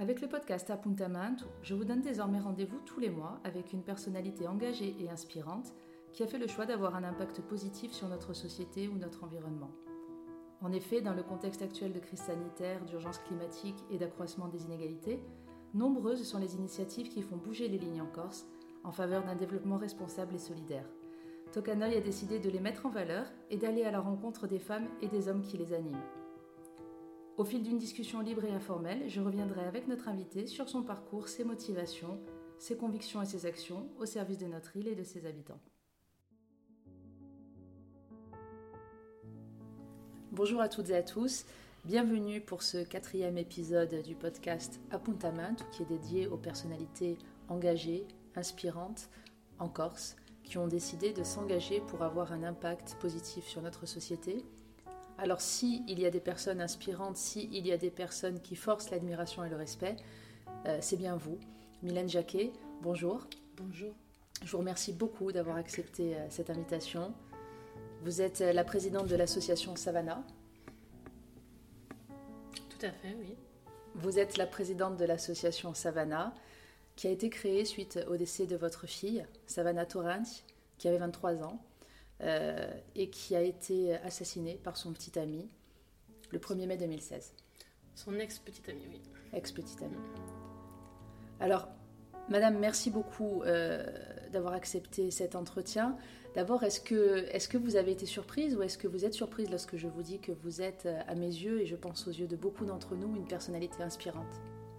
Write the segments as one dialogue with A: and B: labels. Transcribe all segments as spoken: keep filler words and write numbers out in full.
A: Avec le podcast Appuntamento, je vous donne désormais rendez-vous tous les mois avec une personnalité engagée et inspirante qui a fait le choix d'avoir un impact positif sur notre société ou notre environnement. En effet, dans le contexte actuel de crise sanitaire, d'urgence climatique et d'accroissement des inégalités, nombreuses sont les initiatives qui font bouger les lignes en Corse en faveur d'un développement responsable et solidaire. Tocanoi a décidé de les mettre en valeur et d'aller à la rencontre des femmes et des hommes qui les animent. Au fil d'une discussion libre et informelle, je reviendrai avec notre invité sur son parcours, ses motivations, ses convictions et ses actions au service de notre île et de ses habitants. Bonjour à toutes et à tous, bienvenue pour ce quatrième épisode du podcast Appuntamento qui est dédié aux personnalités engagées, inspirantes en Corse, qui ont décidé de s'engager pour avoir un impact positif sur notre société. Alors si il y a des personnes inspirantes, si il y a des personnes qui forcent l'admiration et le respect, euh, c'est bien vous. Mylène Jacquet, bonjour.
B: Bonjour.
A: Je vous remercie beaucoup d'avoir accepté euh, cette invitation. Vous êtes la présidente de l'association Savannah.
B: Tout à fait, oui.
A: Vous êtes la présidente de l'association Savannah, qui a été créée suite au décès de votre fille, Savannah Torrenti, qui avait vingt-trois ans. Euh, et qui a été assassiné par son petit ami le premier mai deux mille seize.
B: Son ex-petit ami, oui.
A: Ex-petit ami. Alors, madame, merci beaucoup euh, d'avoir accepté cet entretien. D'abord, est-ce que, est-ce que vous avez été surprise ou est-ce que vous êtes surprise lorsque je vous dis que vous êtes, à mes yeux, et je pense aux yeux de beaucoup d'entre nous, une personnalité inspirante ?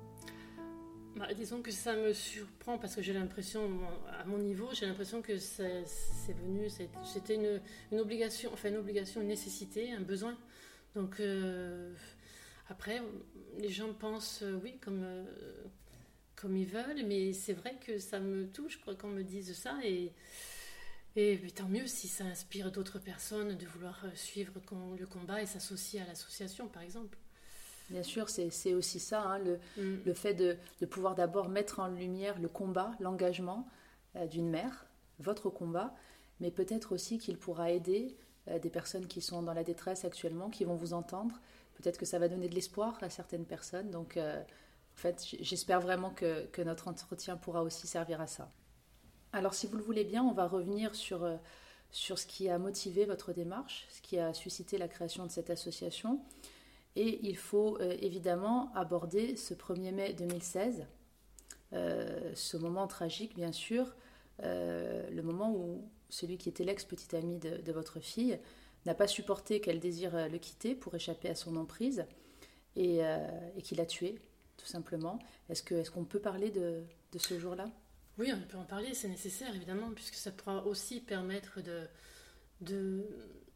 B: Bah, disons que ça me surprend parce que j'ai l'impression, à mon niveau, j'ai l'impression que c'est, c'est venu, c'est, c'était une, une obligation, enfin une obligation, une nécessité, un besoin. Donc euh, après, les gens pensent, euh, oui, comme, euh, comme ils veulent, mais c'est vrai que ça me touche quoi, qu'on me dise ça et, et tant mieux si ça inspire d'autres personnes de vouloir suivre le combat et s'associer à l'association, par exemple.
A: Bien sûr, c'est, c'est aussi ça, hein, le,
B: mm.
A: le fait de, de pouvoir d'abord mettre en lumière le combat, l'engagement euh, d'une mère, votre combat, mais peut-être aussi qu'il pourra aider euh, des personnes qui sont dans la détresse actuellement, qui vont vous entendre. Peut-être que ça va donner de l'espoir à certaines personnes. Donc, euh, en fait, j'espère vraiment que, que notre entretien pourra aussi servir à ça. Alors, si vous le voulez bien, on va revenir sur, euh, sur ce qui a motivé votre démarche, ce qui a suscité la création de cette association. Et il faut euh, évidemment aborder ce premier mai deux mille seize, euh, ce moment tragique bien sûr, euh, le moment où celui qui était l'ex-petit ami de, de votre fille n'a pas supporté qu'elle désire le quitter pour échapper à son emprise et, euh, et qu'il l'a tué, tout simplement. Est-ce, que, est-ce qu'on peut parler de, de ce jour-là ?
B: Oui, on peut en parler, c'est nécessaire évidemment, puisque ça pourra aussi permettre de... de...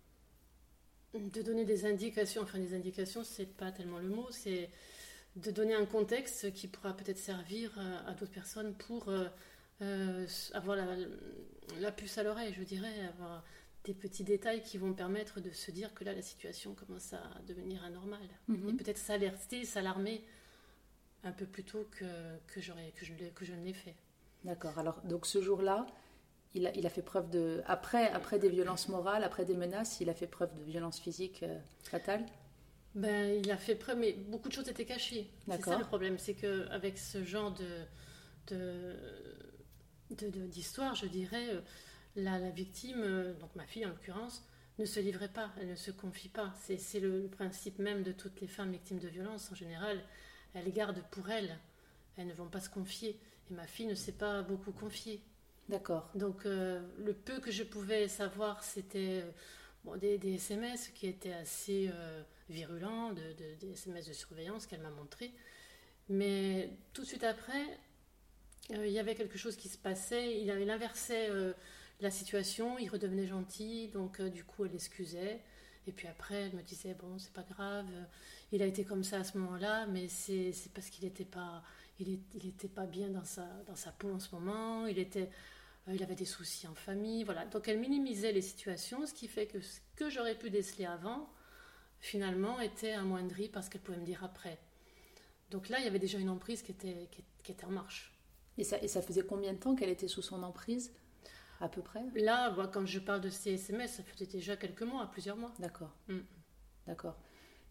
B: de donner des indications, enfin des indications, c'est pas tellement le mot, c'est de donner un contexte qui pourra peut-être servir à d'autres personnes pour euh, euh, avoir la, la puce à l'oreille, je dirais, avoir des petits détails qui vont permettre de se dire que là, la situation commence à devenir anormale. Mm-hmm. Et peut-être s'alerter, s'alarmer un peu plus tôt que, que, j'aurais, que, je, que je ne l'ai fait.
A: D'accord, alors donc ce jour-là, Il a, il a fait preuve de... Après, après des violences morales, après des menaces, il a fait preuve de violence physique euh, fatale ?
B: Ben, il a fait preuve, mais beaucoup de choses étaient cachées.
A: D'accord.
B: C'est ça le problème, c'est qu'avec ce genre de, de, de, de, d'histoire, je dirais, la, la victime, donc ma fille en l'occurrence, ne se livrait pas, elle ne se confie pas. C'est, c'est le, le principe même de toutes les femmes victimes de violences. En général, elles gardent pour elles, elles ne vont pas se confier. Et ma fille ne s'est pas beaucoup confiée.
A: D'accord.
B: Donc euh, le peu que je pouvais savoir, c'était euh, bon, des, des S M S qui étaient assez euh, virulents, de, de, des S M S de surveillance qu'elle m'a montré. Mais tout de suite après, euh, il y avait quelque chose qui se passait. Il, il inversait euh, la situation, il redevenait gentil, donc euh, du coup elle excusait. Et puis après, elle me disait, bon, c'est pas grave, il a été comme ça à ce moment-là, mais c'est, c'est parce qu'il n'était pas, il est, il était pas bien dans sa, dans sa peau en ce moment, il, était, euh, il avait des soucis en famille, voilà. Donc elle minimisait les situations, ce qui fait que ce que j'aurais pu déceler avant, finalement, était amoindri par ce qu'elle pouvait me dire après. Donc là, il y avait déjà une emprise qui était, qui, qui était en marche.
A: Et ça, et ça faisait combien de temps qu'elle était sous son emprise ? À peu près ?
B: Là, bah, quand je parle de ces S M S, ça faisait déjà quelques mois, plusieurs mois.
A: D'accord.
B: Mm.
A: D'accord.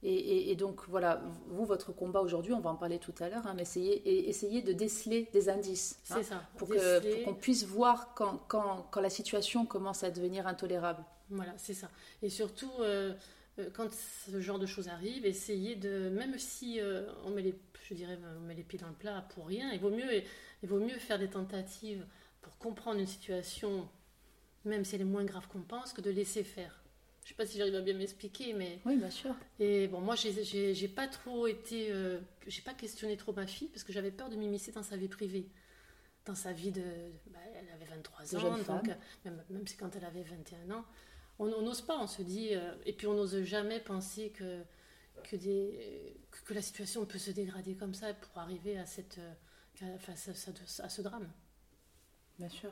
A: Et, et, et donc voilà, vous, votre combat aujourd'hui, on va en parler tout à l'heure, hein, mais essayez, et, essayez de déceler des indices.
B: C'est
A: hein,
B: ça.
A: Pour,
B: déceler...
A: que, pour qu'on puisse voir quand, quand, quand la situation commence à devenir intolérable.
B: Voilà, c'est ça. Et surtout, euh, quand ce genre de choses arrive, essayez de, même si euh, on met les, je dirais, on met les pieds dans le plat pour rien, il vaut mieux, il vaut mieux faire des tentatives pour comprendre une situation, même si elle est moins grave qu'on pense, que de laisser faire. Je ne sais pas si j'arrive à bien m'expliquer, mais...
A: Oui, bien sûr.
B: Et bon, moi, j'ai, j'ai, j'ai pas trop été... Euh, j'ai pas questionné trop ma fille, parce que j'avais peur de m'immiscer dans sa vie privée. Dans sa vie de... Bah, elle avait vingt-trois
A: de
B: ans, donc... Même, même si quand elle avait vingt et un ans, on n'ose pas, on se dit... Euh, et puis, on n'ose jamais penser que, que, des, que, que la situation peut se dégrader comme ça pour arriver à, cette, euh, à, à, à ce drame.
A: Bien sûr.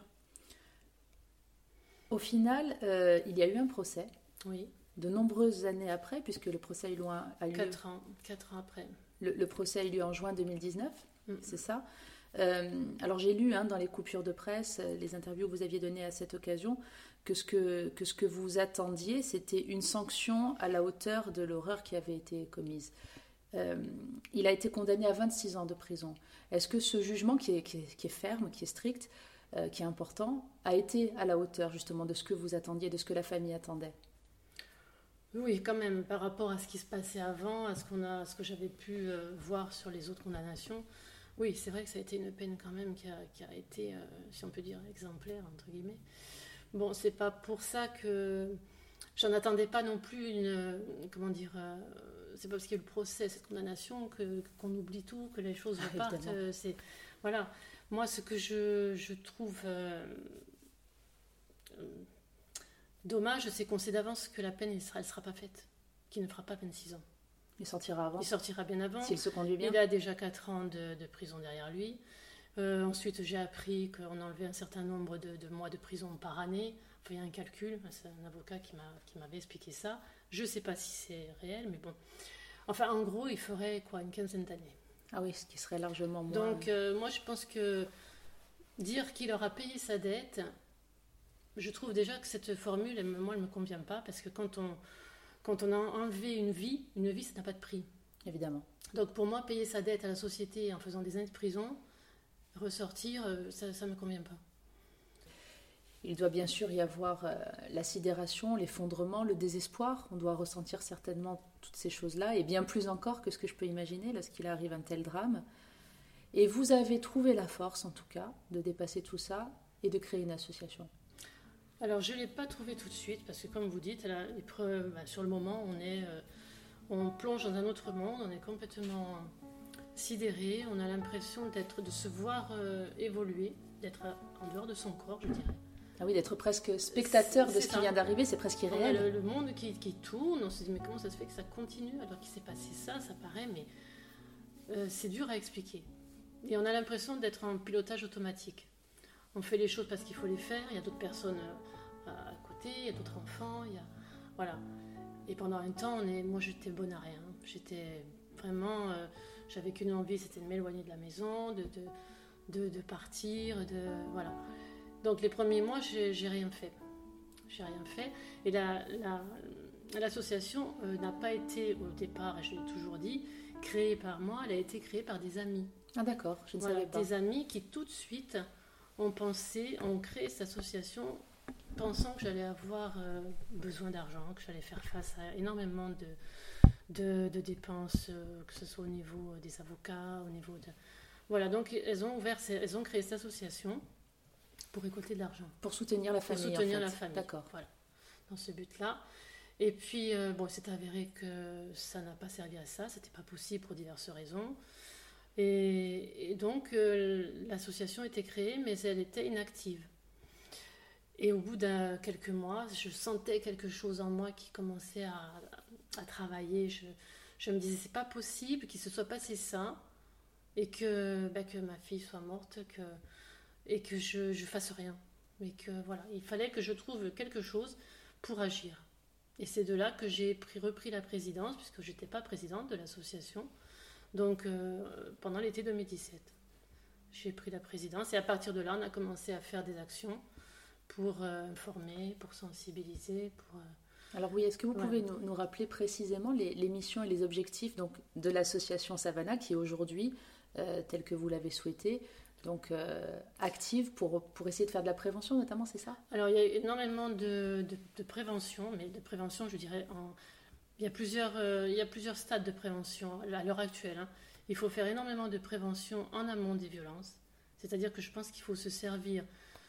A: Au final, euh, il y a eu un procès.
B: Oui.
A: De nombreuses années après, puisque le procès a eu lieu...
B: Quatre ans, quatre ans après.
A: Le, le procès a eu lieu en juin deux mille dix-neuf, mm. c'est ça. Euh, alors j'ai lu hein, dans les coupures de presse, les interviews que vous aviez données à cette occasion, que ce que, que, ce que vous attendiez, c'était une sanction à la hauteur de l'horreur qui avait été commise. Euh, il a été condamné à vingt-six ans de prison. Est-ce que ce jugement, qui est, qui est, qui est ferme, qui est strict, euh, qui est important, a été à la hauteur justement de ce que vous attendiez, de ce que la famille attendait ?
B: Oui, quand même, par rapport à ce qui se passait avant, à ce, qu'on a, à ce que j'avais pu euh, voir sur les autres condamnations, oui, c'est vrai que ça a été une peine quand même qui a, qui a été, euh, si on peut dire, exemplaire, entre guillemets. Bon, c'est pas pour ça que... J'en attendais pas non plus une... Comment dire... Euh, c'est pas parce qu'il y a eu le procès, cette condamnation, que, qu'on oublie tout, que les choses repartent. Euh, c'est, voilà. Moi, ce que je, je trouve... Euh, euh, dommage, c'est qu'on sait d'avance que la peine ne sera, sera pas faite, qu'il ne fera pas vingt-six ans.
A: Il sortira avant.
B: Il sortira bien avant.
A: S'il se conduit bien.
B: Il a déjà quatre ans de, de prison derrière lui. Euh, ensuite, j'ai appris qu'on enlevait un certain nombre de, de mois de prison par année. Enfin, il y a un calcul, c'est un avocat qui, m'a, qui m'avait expliqué ça. Je ne sais pas si c'est réel, mais bon. Enfin, en gros, il ferait quoi, une quinzaine d'années.
A: Ah oui, ce qui serait largement moins...
B: Donc, euh, moi, je pense que dire qu'il aura payé sa dette... Je trouve déjà que cette formule, elle, moi, elle ne me convient pas, parce que quand on, quand on a enlevé une vie, une vie, ça n'a pas de prix.
A: Évidemment.
B: Donc pour moi, payer sa dette à la société en faisant des années de prison, ressortir, ça ne me convient pas.
A: Il doit bien sûr y avoir euh, la sidération, l'effondrement, le désespoir. On doit ressentir certainement toutes ces choses-là, et bien plus encore que ce que je peux imaginer lorsqu'il arrive un tel drame. Et vous avez trouvé la force, en tout cas, de dépasser tout ça et de créer une association.
B: Alors, je ne l'ai pas trouvé tout de suite, parce que comme vous dites, là, bah, sur le moment, on, est, euh, on plonge dans un autre monde, on est complètement sidéré, on a l'impression d'être, de se voir euh, évoluer, d'être en dehors de son corps, je dirais.
A: Ah oui, d'être presque spectateur
B: c'est,
A: de ce qui vient d'arriver, c'est presque irréel.
B: On a le, le monde qui, qui tourne, on se dit mais comment ça se fait que ça continue alors qu'il s'est passé ça, ça paraît, mais euh, c'est dur à expliquer. Et on a l'impression d'être en pilotage automatique. On fait les choses parce qu'il faut les faire, il y a d'autres personnes à côté, il y a d'autres enfants, il y a... Voilà. Et pendant un temps, on est... moi j'étais bonne à rien. J'étais vraiment... Euh... J'avais qu'une envie, c'était de m'éloigner de la maison, de, de, de, de partir, de... Voilà. Donc les premiers mois, j'ai, j'ai rien fait. J'ai rien fait. Et la, la, l'association euh, n'a pas été, au départ, et je l'ai toujours dit, créée par moi, elle a été créée par des amis.
A: Ah d'accord, je ne
B: voilà,
A: savais pas.
B: Des amis qui tout de suite... ont pensé, ont créé cette association pensant que j'allais avoir euh, besoin d'argent, que j'allais faire face à énormément de, de, de dépenses, euh, que ce soit au niveau des avocats, au niveau de... Voilà, donc elles ont, ouvert, elles ont créé cette association pour récolter de l'argent.
A: Pour soutenir la famille,
B: Pour soutenir
A: en fait.
B: la famille,
A: d'accord.
B: Voilà, dans ce but-là. Et puis, euh, bon, c'est avéré que ça n'a pas servi à ça, c'était pas possible pour diverses raisons. Et, et donc, euh, l'association était créée, mais elle était inactive. Et au bout de quelques mois, je sentais quelque chose en moi qui commençait à, à travailler. Je, je me disais, c'est pas possible qu'il se soit passé ça, et que, bah, que ma fille soit morte, que, et que je, je fasse rien. Mais que voilà, il fallait que je trouve quelque chose pour agir. Et c'est de là que j'ai pris, repris la présidence, puisque je n'étais pas présidente de l'association. Donc, euh, pendant l'été deux mille dix-sept, j'ai pris la présidence et à partir de là, on a commencé à faire des actions pour euh, informer, pour sensibiliser, pour... Euh,
A: Alors oui, est-ce que vous
B: Ouais.
A: pouvez nous, nous rappeler précisément les, les missions et les objectifs donc, de l'association Savannah qui est aujourd'hui, euh, tel que vous l'avez souhaité, donc euh, active pour, pour essayer de faire de la prévention notamment, c'est ça?
B: Alors, il y a énormément de, de, de prévention, mais de prévention, je dirais, en, il, y a plusieurs, euh, il y a plusieurs stades de prévention à l'heure actuelle. Hein. Il faut faire énormément de prévention en amont des violences. C'est-à-dire que je pense qu'il faut se servir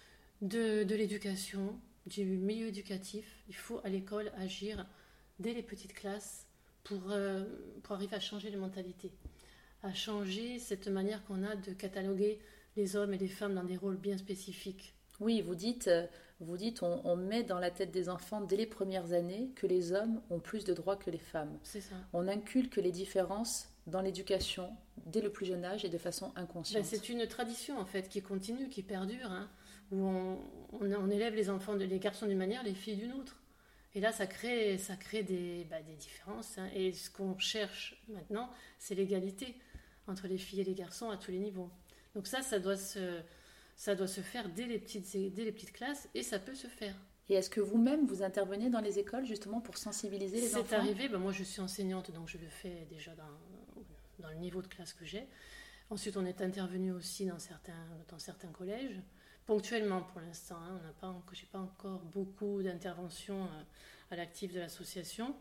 B: de, de l'éducation, du milieu éducatif. Il faut à l'école agir dès les petites classes pour, euh, pour arriver à changer les mentalités, à changer cette manière qu'on a de cataloguer les hommes et les femmes dans des rôles bien spécifiques.
A: Oui, vous dites, euh, vous dites on, on met dans la tête des enfants dès les premières années que les hommes ont plus de droits que les femmes.
B: C'est ça.
A: On inculque les différences dans l'éducation dès le plus jeune âge et de façon inconsciente.
B: Ben, c'est une tradition en fait qui continue, qui perdure, hein, où on, on, on élève les enfants, de, les garçons d'une manière, les filles d'une autre. Et là, ça crée, ça crée des, bah, des différences. Hein. Et ce qu'on cherche maintenant, c'est l'égalité entre les filles et les garçons à tous les niveaux. Donc ça, ça doit se, ça doit se faire dès les petites, dès les petites classes, et ça peut se faire.
A: Et est-ce que vous-même, vous intervenez dans les écoles justement pour sensibiliser les
B: c'est
A: enfants?
B: C'est arrivé, ben moi je suis enseignante, donc je le fais déjà dans, dans le niveau de classe que j'ai. Ensuite, on est intervenu aussi dans certains, dans certains collèges, ponctuellement pour l'instant. Hein, on n'a pas, j'ai pas encore beaucoup d'interventions à l'actif de l'association,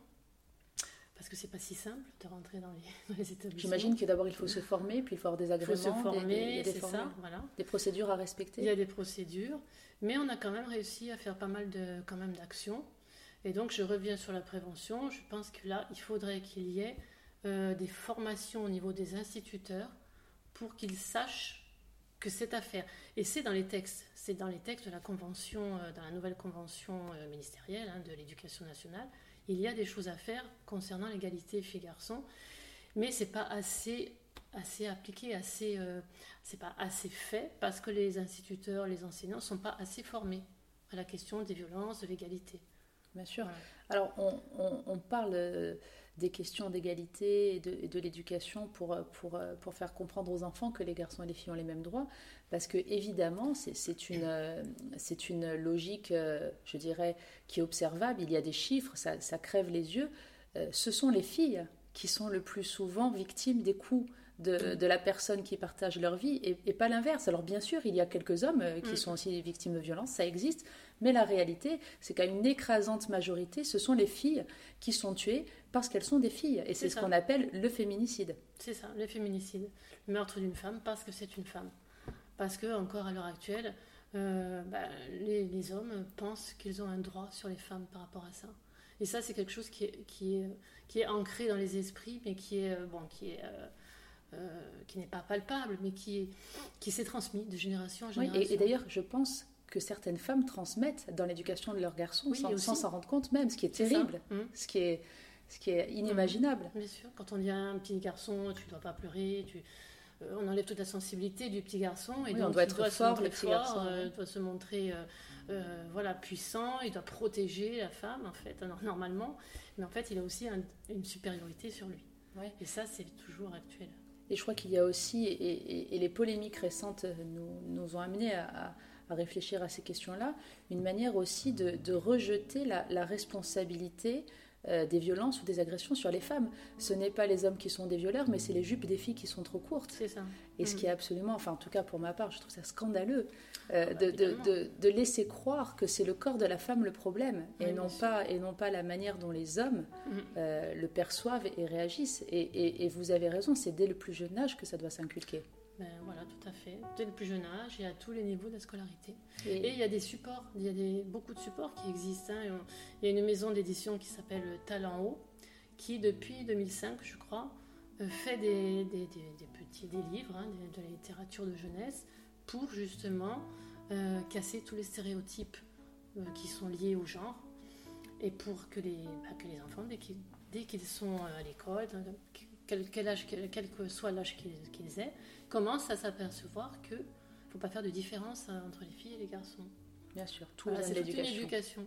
B: parce que c'est pas si simple de rentrer dans les, dans les établissements.
A: J'imagine que d'abord il faut se former, puis il faut avoir des agréments,
B: il faut se former,
A: des, des, des,
B: c'est ça, voilà.
A: Des procédures à respecter.
B: Il y a des procédures, mais on a quand même réussi à faire pas mal de, quand même d'actions. Et donc je reviens sur la prévention. Je pense que là, il faudrait qu'il y ait euh, des formations au niveau des instituteurs pour qu'ils sachent que c'est à faire. Et c'est dans les textes, c'est dans les textes de la convention, euh, dans la nouvelle convention euh, ministérielle hein, de l'éducation nationale. Il y a des choses à faire concernant l'égalité filles-garçons, mais c'est pas assez, assez appliqué, assez, euh, c'est pas assez fait parce que les instituteurs, les enseignants sont pas assez formés à la question des violences, de l'égalité.
A: Bien sûr. Voilà. Alors, on, on, on parle des questions d'égalité et de, et de l'éducation pour, pour, pour faire comprendre aux enfants que les garçons et les filles ont les mêmes droits, parce que évidemment, c'est, c'est, une, c'est une logique, je dirais, qui est observable. Il y a des chiffres, ça, ça crève les yeux. Ce sont les filles qui sont le plus souvent victimes des coups de, de la personne qui partage leur vie, et, et pas l'inverse. Alors bien sûr, il y a quelques hommes qui mmh. sont aussi victimes de violences, ça existe, mais la réalité, c'est qu'à une écrasante majorité, ce sont les filles qui sont tuées parce qu'elles sont des filles, et c'est, c'est ce qu'on appelle le féminicide.
B: C'est ça, le féminicide, le meurtre d'une femme parce que c'est une femme. Parce que, encore à l'heure actuelle, euh, bah, les, les hommes pensent qu'ils ont un droit sur les femmes par rapport à ça. Et ça, c'est quelque chose qui est, qui est, qui est ancré dans les esprits, mais qui est... Bon, qui est euh, Euh, qui n'est pas palpable, mais qui, est, qui s'est transmis de génération en génération.
A: Oui, et, et d'ailleurs, je pense que certaines femmes transmettent dans l'éducation de leurs garçons oui, sans, sans s'en rendre compte même, ce qui est terrible,
B: mmh.
A: ce, qui est, ce qui est inimaginable.
B: Mmh. Bien sûr, quand on dit à un petit garçon, tu ne dois pas pleurer, tu... euh, on enlève toute la sensibilité du petit garçon, et
A: oui,
B: donc
A: on doit
B: il
A: être
B: doit
A: fort,
B: se
A: le petit
B: fort,
A: garçon.
B: Euh, doit se montrer euh, euh, voilà, puissant, il doit protéger la femme, en fait, normalement, mais en fait, il a aussi un, une supériorité sur lui.
A: Ouais.
B: Et ça, c'est toujours actuel.
A: Et je crois qu'il y a aussi, et, et, et les polémiques récentes nous, nous ont amenés à, à réfléchir à ces questions-là, une manière aussi de, de rejeter la, la responsabilité euh, des violences ou des agressions sur les femmes. Ce n'est pas les hommes qui sont des violeurs, mais c'est les jupes des filles qui sont trop courtes.
B: C'est ça.
A: Et mmh. ce qui est absolument, enfin en tout cas pour ma part, je trouve ça scandaleux euh,
B: bah,
A: de, de, de, de laisser croire que c'est le corps de la femme le problème, et, oui, non, pas, et non pas la manière dont les hommes mmh. euh, le perçoivent et réagissent. Et, et, et vous avez raison, c'est dès le plus jeune âge que ça doit s'inculquer.
B: Ben voilà, tout à fait. Dès le plus jeune âge et à tous les niveaux de la scolarité. Et, et il y a des supports, il y a des, beaucoup de supports qui existent. Hein. Il y a une maison d'édition qui s'appelle Talent Haut, qui depuis deux mille cinq, je crois, fait des, des, des, des petits des livres, hein, de, de la littérature de jeunesse, pour justement euh, casser tous les stéréotypes euh, qui sont liés au genre, et pour que les, bah, que les enfants, dès qu'ils, dès qu'ils sont à l'école, quel, quel, âge, quel, quel que soit l'âge qu'ils, qu'ils aient, commencent à s'apercevoir qu'il ne faut pas faire de différence entre les filles et les garçons.
A: Bien sûr, tout
B: voilà, c'est
A: l'éducation.
B: toute une éducation.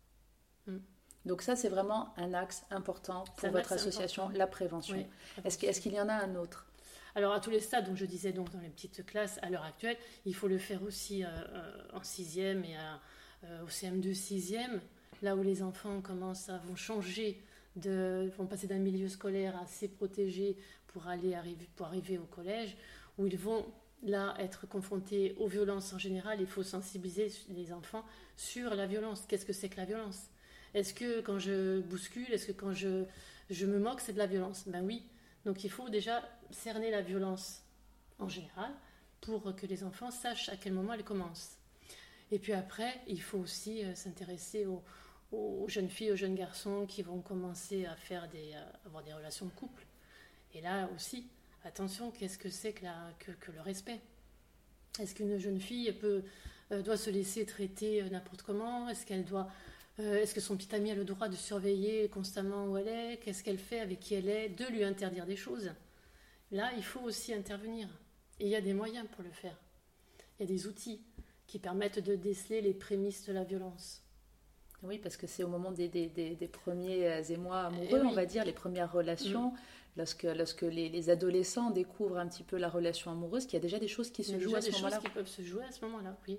B: Mm.
A: Donc ça, c'est vraiment un axe important pour
B: un
A: votre association, important. La prévention. Oui, est-ce, est-ce qu'il y en a un autre ?
B: Alors à tous les stades, donc je disais donc dans les petites classes à l'heure actuelle, il faut le faire aussi euh, euh, en sixième et à, euh, au C M deux sixième, là où les enfants commencent à vont changer, de, vont passer d'un milieu scolaire assez protégé pour aller arriver, pour arriver au collège, où ils vont là être confrontés aux violences en général. Il faut sensibiliser les enfants sur la violence. Qu'est-ce que c'est que la violence? Est-ce que quand je bouscule, est-ce que quand je, je me moque, c'est de la violence? Ben oui. Donc il faut déjà cerner la violence en général pour que les enfants sachent à quel moment elle commence. Et puis après, il faut aussi euh, s'intéresser aux, aux jeunes filles, aux jeunes garçons qui vont commencer à faire des, à avoir des relations de couple. Et là aussi, attention, qu'est-ce que c'est que, la, que, que le respect? Est-ce qu'une jeune fille peut, euh, doit se laisser traiter euh, n'importe comment? Est-ce qu'elle doit, euh, est-ce que son petit ami a le droit de surveiller constamment où elle est? Qu'est-ce qu'elle fait? Avec qui elle est? De lui interdire des choses. Là, il faut aussi intervenir. Et il y a des moyens pour le faire. Il y a des outils qui permettent de déceler les prémices de la violence.
A: Oui, parce que c'est au moment des, des, des, des premiers émois amoureux,
B: oui.
A: on va dire, les premières relations, mmh. lorsque, lorsque les, les adolescents découvrent un petit peu la relation amoureuse, qu'il y a déjà des choses qui se jouent à ce moment-là.
B: Il y a des choses qui peuvent se jouer à ce moment-là, oui.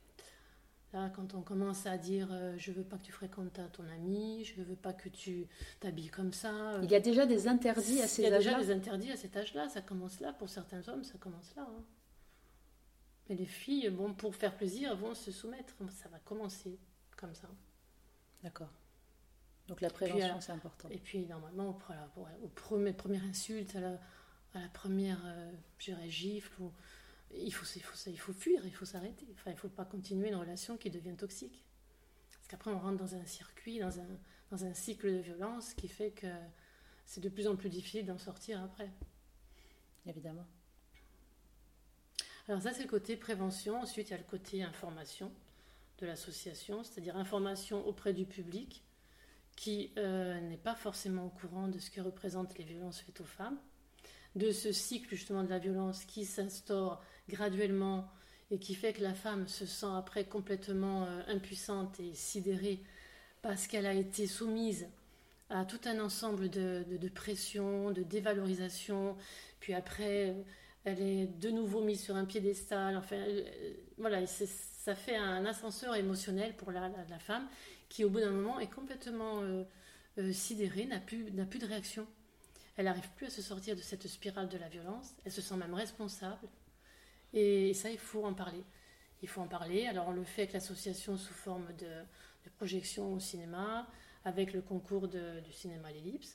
B: Là, quand on commence à dire euh, je veux pas que tu fréquentes ton ami, je veux pas que tu t'habilles comme ça. Euh,
A: il y a déjà des interdits à ces âges-là.
B: Il y a déjà des interdits à cet âge-là, ça commence là. Pour certains hommes, ça commence là. Hein. Mais les filles, bon, pour faire plaisir, vont se soumettre. Ça va commencer comme ça.
A: D'accord. Donc la prévention, puis, c'est important.
B: Et puis, normalement, au, au premier, première insulte, à la, à la première, euh, je dirais, gifle, ou, il, faut, il, faut, il faut fuir, il faut s'arrêter. Enfin, il ne faut pas continuer une relation qui devient toxique. Parce qu'après, on rentre dans un circuit, dans un, dans un cycle de violence qui fait que c'est de plus en plus difficile d'en sortir après.
A: Évidemment.
B: Alors ça, c'est le côté prévention. Ensuite, il y a le côté information de l'association, c'est-à-dire information auprès du public qui euh, n'est pas forcément au courant de ce que représentent les violences faites aux femmes, de ce cycle justement de la violence qui s'instaure graduellement et qui fait que la femme se sent après complètement euh, impuissante et sidérée parce qu'elle a été soumise à tout un ensemble de, de, de pressions, de dévalorisation, puis après elle est de nouveau mise sur un piédestal, enfin elle, voilà, c'est, ça fait un ascenseur émotionnel pour la, la, la femme qui au bout d'un moment est complètement euh, euh, sidérée, n'a plus, n'a plus de réaction. Elle n'arrive plus à se sortir de cette spirale de la violence, elle se sent même responsable, et ça, il faut en parler. Il faut en parler, alors on le fait avec l'association sous forme de, de projection au cinéma, avec le concours de, du cinéma L'Ellipse,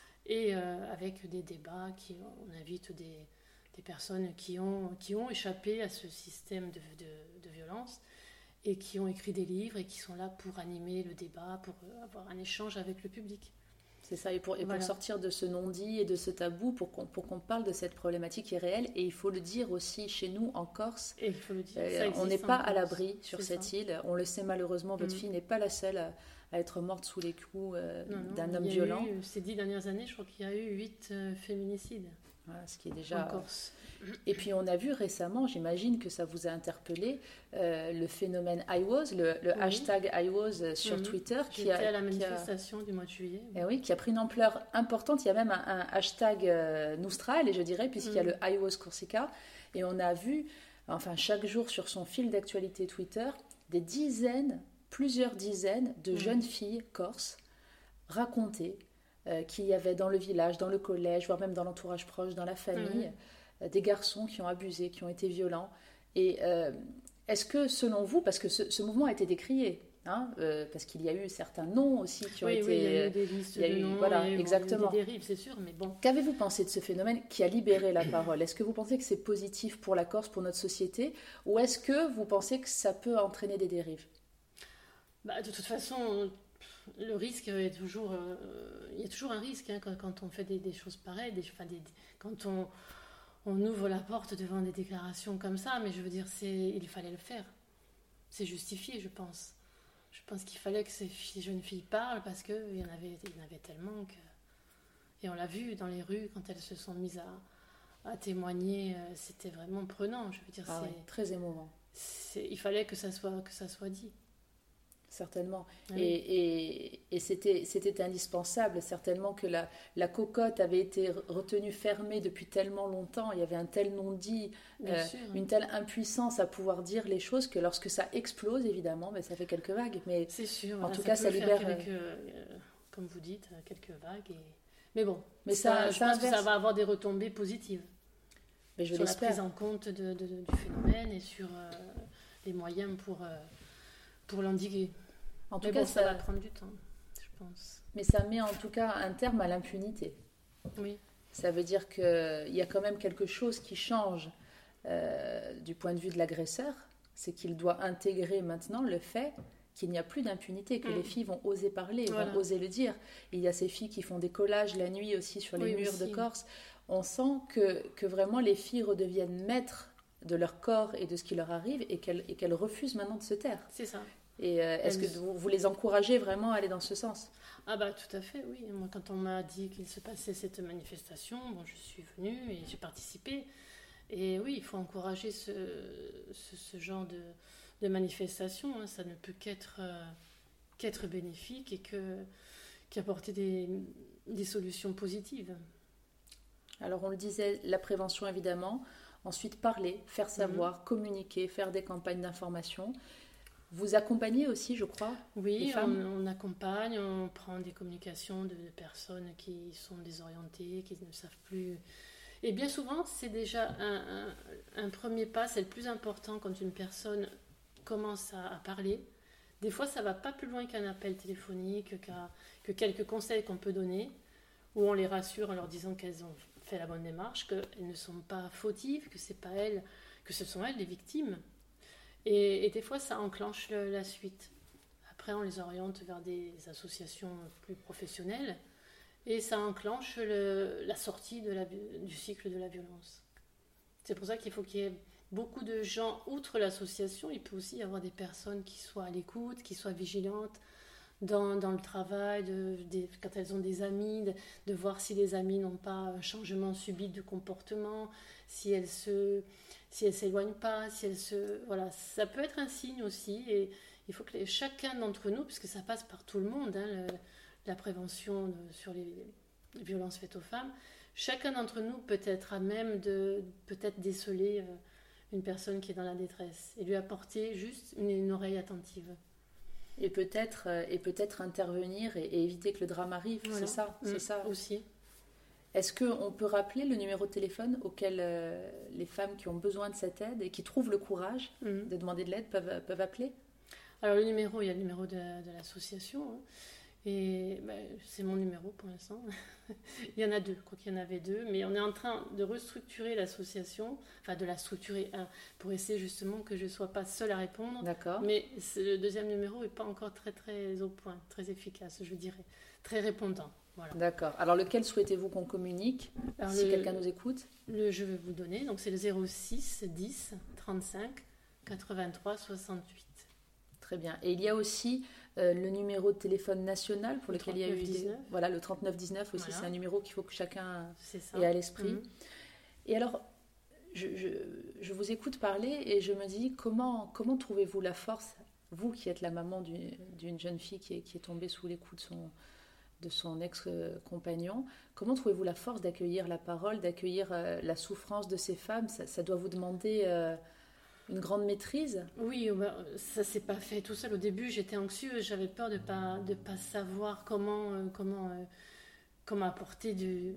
B: et euh, avec des débats, qui, on invite des, des personnes qui ont, qui ont échappé à ce système de, de, de violence, et qui ont écrit des livres, et qui sont là pour animer le débat, pour avoir un échange avec le public.
A: C'est ça, et pour, et
B: voilà.
A: pour sortir de ce non-dit et de ce tabou, pour qu'on, pour qu'on parle de cette problématique qui est réelle, et il faut le dire aussi chez nous en Corse,
B: et il faut le dire.
A: Euh, on n'est pas à l'abri sur
B: c'est
A: cette
B: ça.
A: île, on le sait malheureusement, votre mmh. fille n'est pas la seule à, à être morte sous les coups euh, non, non, d'un homme violent.
B: Eu, ces dix dernières années, je crois qu'il y a eu huit euh, féminicides.
A: Voilà, ce qui est déjà...
B: En Corse.
A: Et puis on a vu récemment, j'imagine que ça vous a interpellé, euh, le phénomène I W A S, le, le oui. hashtag I W A S sur mmh. Twitter.
B: Qui a, à la manifestation a, du mois de juillet. Oui.
A: Et oui, qui a pris une ampleur importante. Il y a même un, un hashtag euh, Noustral, et je dirais, puisqu'il mmh. y a le I W A S Corsica. Et on a vu, enfin chaque jour sur son fil d'actualité Twitter, des dizaines, plusieurs dizaines de mmh. jeunes filles corses raconter euh, qu'il y avait dans le village, dans le collège, voire même dans l'entourage proche, dans la famille... Mmh. des garçons qui ont abusé, qui ont été violents. Et euh, est-ce que, selon vous, parce que ce, ce mouvement a été décrié, hein, euh, parce qu'il y a eu certains noms aussi qui ont
B: oui,
A: été...
B: Oui, il y a eu des listes de
A: eu,
B: noms,
A: voilà,
B: et
A: exactement.
B: Des dérives, c'est sûr, mais bon.
A: Qu'avez-vous pensé de ce phénomène qui a libéré la parole? Est-ce que vous pensez que c'est positif pour la Corse, pour notre société, ou est-ce que vous pensez que ça peut entraîner des dérives?
B: Bah, de toute façon, le risque est toujours... Euh, il y a toujours un risque hein, quand, quand on fait des, des choses pareilles, des, enfin, des, quand on... On ouvre la porte devant des déclarations comme ça, mais je veux dire, c'est, il fallait le faire. C'est justifié, je pense. Je pense qu'il fallait que ces filles, jeunes filles parlent parce qu'il y en avait, il y en avait tellement que... Et on l'a vu dans les rues, quand elles se sont mises à, à témoigner, c'était vraiment prenant. Je veux dire,
A: ah
B: c'est
A: ouais, très émouvant.
B: C'est, il fallait que ça soit, que ça soit dit.
A: Certainement.
B: Oui.
A: Et, et, et c'était, c'était indispensable. Certainement que la, la cocotte avait été retenue fermée depuis tellement longtemps. Il y avait un tel non-dit, euh, une telle impuissance à pouvoir dire les choses que lorsque ça explose, évidemment, ben, ça fait quelques vagues. Mais
B: c'est sûr.
A: En
B: Voilà,
A: tout
B: ça
A: cas, ça libère.
B: Quelques, euh, comme vous dites, quelques vagues. Et... Mais bon,
A: mais
B: ça,
A: ça,
B: je
A: ça
B: pense
A: inverse.
B: que ça va avoir des retombées positives.
A: Mais je
B: sur
A: l'espère.
B: la prise en compte de, de, du phénomène et sur euh, les moyens pour, euh, pour l'endiguer.
A: En tout
B: Mais
A: cas,
B: bon, ça,
A: ça
B: va prendre du temps, je pense.
A: Mais ça met en tout cas un terme à l'impunité.
B: Oui.
A: Ça veut dire qu'il y a quand même quelque chose qui change euh, du point de vue de l'agresseur. C'est qu'il doit intégrer maintenant le fait qu'il n'y a plus d'impunité, que mmh. les filles vont oser parler, voilà. vont oser le dire. Il y a ces filles qui font des collages la nuit aussi sur les oui, murs aussi. de Corse. On sent que, que vraiment les filles redeviennent maîtres de leur corps et de ce qui leur arrive et qu'elles, et qu'elles refusent maintenant de se taire.
B: C'est ça.
A: Et euh, est-ce que vous, vous les encouragez vraiment à aller dans ce sens ?
B: Ah bah tout à fait, oui. Moi, quand on m'a dit qu'il se passait cette manifestation, bon, je suis venue et j'ai participé. Et oui, il faut encourager ce, ce, ce genre de, de manifestation. Hein. Ça ne peut qu'être, euh, qu'être bénéfique et que, qu'apporter des, des solutions positives.
A: Alors on le disait, la prévention évidemment. Ensuite, parler, faire savoir, mmh. communiquer, faire des campagnes d'information. Vous accompagnez aussi, je crois,
B: oui,
A: les femmes.
B: on, on accompagne, on prend des communications de, de personnes qui sont désorientées, qui ne savent plus. Et bien souvent, c'est déjà un, un, un premier pas, c'est le plus important quand une personne commence à, à parler. Des fois, ça ne va pas plus loin qu'un appel téléphonique, qu'à, que quelques conseils qu'on peut donner, où on les rassure en leur disant qu'elles ont fait la bonne démarche, qu'elles ne sont pas fautives, que c'est pas elles, que ce sont elles les victimes. Et, et des fois, ça enclenche le, la suite. Après, on les oriente vers des associations plus professionnelles et ça enclenche le, la sortie de la, du cycle de la violence. C'est pour ça qu'il faut qu'il y ait beaucoup de gens, outre l'association, il peut aussi y avoir des personnes qui soient à l'écoute, qui soient vigilantes dans, dans le travail, de, de, quand elles ont des amis, de, de voir si les amis n'ont pas un changement subit de comportement, si elles se... si elles ne s'éloignent pas, si elles se... Voilà, ça peut être un signe aussi. Et il faut que les, chacun d'entre nous, puisque ça passe par tout le monde, hein, le, la prévention de, sur les, les violences faites aux femmes, chacun d'entre nous peut être à même de peut-être déceler euh, une personne qui est dans la détresse et lui apporter juste une, une oreille attentive.
A: Et peut-être, euh, et peut-être intervenir et, et éviter que le drame arrive, voilà. c'est ça, c'est mmh, ça.
B: Aussi.
A: Est-ce qu'on peut rappeler le numéro de téléphone auquel euh, les femmes qui ont besoin de cette aide et qui trouvent le courage mmh. de demander de l'aide peuvent, peuvent appeler ?
B: Alors le numéro, il y a le numéro de, de l'association, hein, et ben, c'est mon numéro pour l'instant. Il y en a deux, je crois qu'il y en avait deux, mais on est en train de restructurer l'association, enfin de la structurer hein, pour essayer justement que je ne sois pas seule à répondre.
A: D'accord.
B: Mais le deuxième numéro n'est pas encore très, très au point, très efficace, je dirais, très répondant. Voilà.
A: D'accord. Alors, lequel souhaitez-vous qu'on communique Alors, si le, quelqu'un nous écoute
B: le, Je vais vous donner. Donc, c'est le zéro six dix trente-cinq quatre-vingt-trois soixante-huit.
A: Très bien. Et il y a aussi euh, le numéro de téléphone national pour
B: le
A: lequel il y a eu des... Voilà, le trente-neuf dix-neuf aussi. Voilà. C'est un numéro qu'il faut que chacun ait à l'esprit. Mmh. Et alors, je, je, je vous écoute parler et je me dis, comment, comment trouvez-vous la force, vous qui êtes la maman d'une, d'une jeune fille qui est, qui est tombée sous les coups de son... de son ex-compagnon, comment trouvez-vous la force d'accueillir la parole, d'accueillir euh, la souffrance de ces femmes ? ça, ça doit vous demander euh, une grande maîtrise ?
B: Oui, bah, ça ne s'est pas fait tout seul. Au début, j'étais anxieuse, j'avais peur de ne pas, de pas savoir comment, euh, comment, euh, comment apporter du,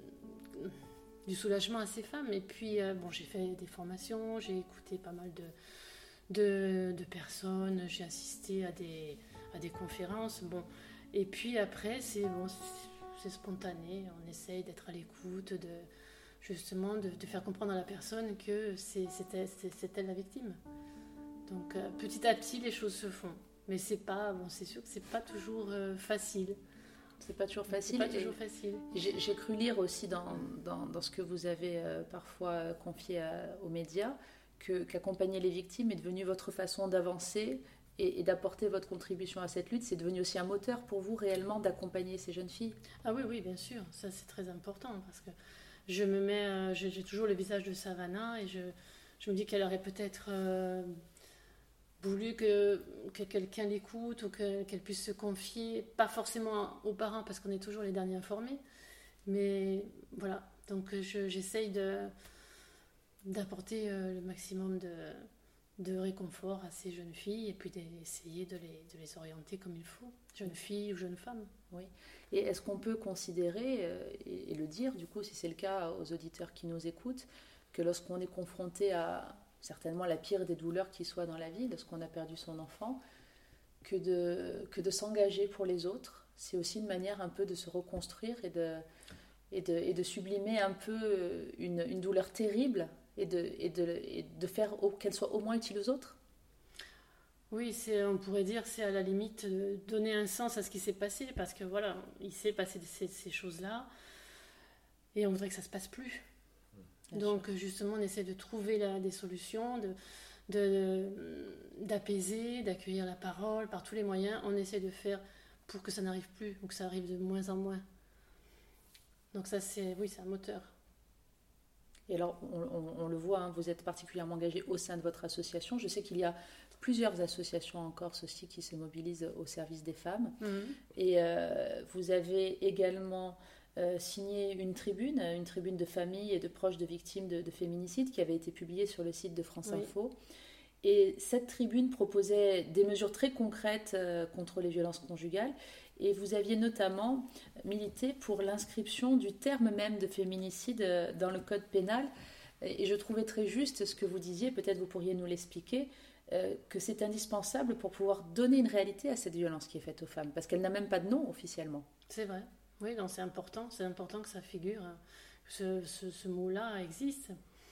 B: du soulagement à ces femmes. Et puis, euh, bon, j'ai fait des formations, j'ai écouté pas mal de, de, de personnes, j'ai assisté à des, à des conférences. Bon, et puis après, c'est, bon, c'est spontané, on essaye d'être à l'écoute, de, justement de, de faire comprendre à la personne que c'est, c'est, c'est, c'est elle la victime. Donc euh, petit à petit, les choses se font. Mais c'est pas, bon, c'est sûr que c'est pas toujours euh, facile.
A: C'est pas toujours facile.
B: C'est pas toujours facile.
A: J'ai, j'ai cru lire aussi dans, dans, dans ce que vous avez euh, parfois confié à, aux médias que, qu'accompagner les victimes est devenu votre façon d'avancer et d'apporter votre contribution à cette lutte. C'est devenu aussi un moteur pour vous réellement d'accompagner ces jeunes filles ?
B: Ah oui, oui, bien sûr. Ça, c'est très important parce que je me mets, euh, j'ai toujours le visage de Savannah et je, je me dis qu'elle aurait peut-être euh, voulu que, que quelqu'un l'écoute ou que, qu'elle puisse se confier, pas forcément aux parents parce qu'on est toujours les derniers informés, mais voilà. Donc je, j'essaye de, d'apporter euh, le maximum de, de réconfort à ces jeunes filles et puis d'essayer de les, de les orienter comme il faut, jeunes filles ou jeunes femmes.
A: Oui. Et est-ce qu'on peut considérer, euh, et, et le dire du coup, si c'est le cas aux auditeurs qui nous écoutent, que lorsqu'on est confronté à certainement la pire des douleurs qui soit dans la vie, lorsqu'on a perdu son enfant, que de, que de s'engager pour les autres, c'est aussi une manière un peu de se reconstruire et de, et de, et de sublimer un peu une, une douleur terrible et de, et de, et de faire qu'elle soit au moins utile aux autres.
B: Oui, c'est, on pourrait dire c'est à la limite de donner un sens à ce qui s'est passé, parce que voilà, il s'est passé ces, ces choses-là, et on voudrait que ça ne se passe plus. Bien Donc sûr. Justement, on essaie de trouver là, des solutions, de, de, d'apaiser, d'accueillir la parole par tous les moyens. On essaie de faire pour que ça n'arrive plus, ou que ça arrive de moins en moins. Donc ça, c'est, oui, c'est un moteur.
A: Et alors, on, on, on le voit, hein, vous êtes particulièrement engagé au sein de votre association. Je sais qu'il y a plusieurs associations en Corse aussi qui se mobilisent au service des femmes. Mmh. Et euh, vous avez également euh, signé une tribune, une tribune de famille et de proches de victimes de, de féminicide qui avait été publiée sur le site de France oui. Info. Et cette tribune proposait des mesures très concrètes euh, contre les violences conjugales. Et vous aviez notamment milité pour l'inscription du terme même de féminicide dans le code pénal. Et je trouvais très juste ce que vous disiez, peut-être vous pourriez nous l'expliquer, euh, que c'est indispensable pour pouvoir donner une réalité à cette violence qui est faite aux femmes, parce qu'elle n'a même pas de nom officiellement.
B: C'est vrai, oui, non, c'est important, c'est important que ça figure, ce, ce, ce mot-là existe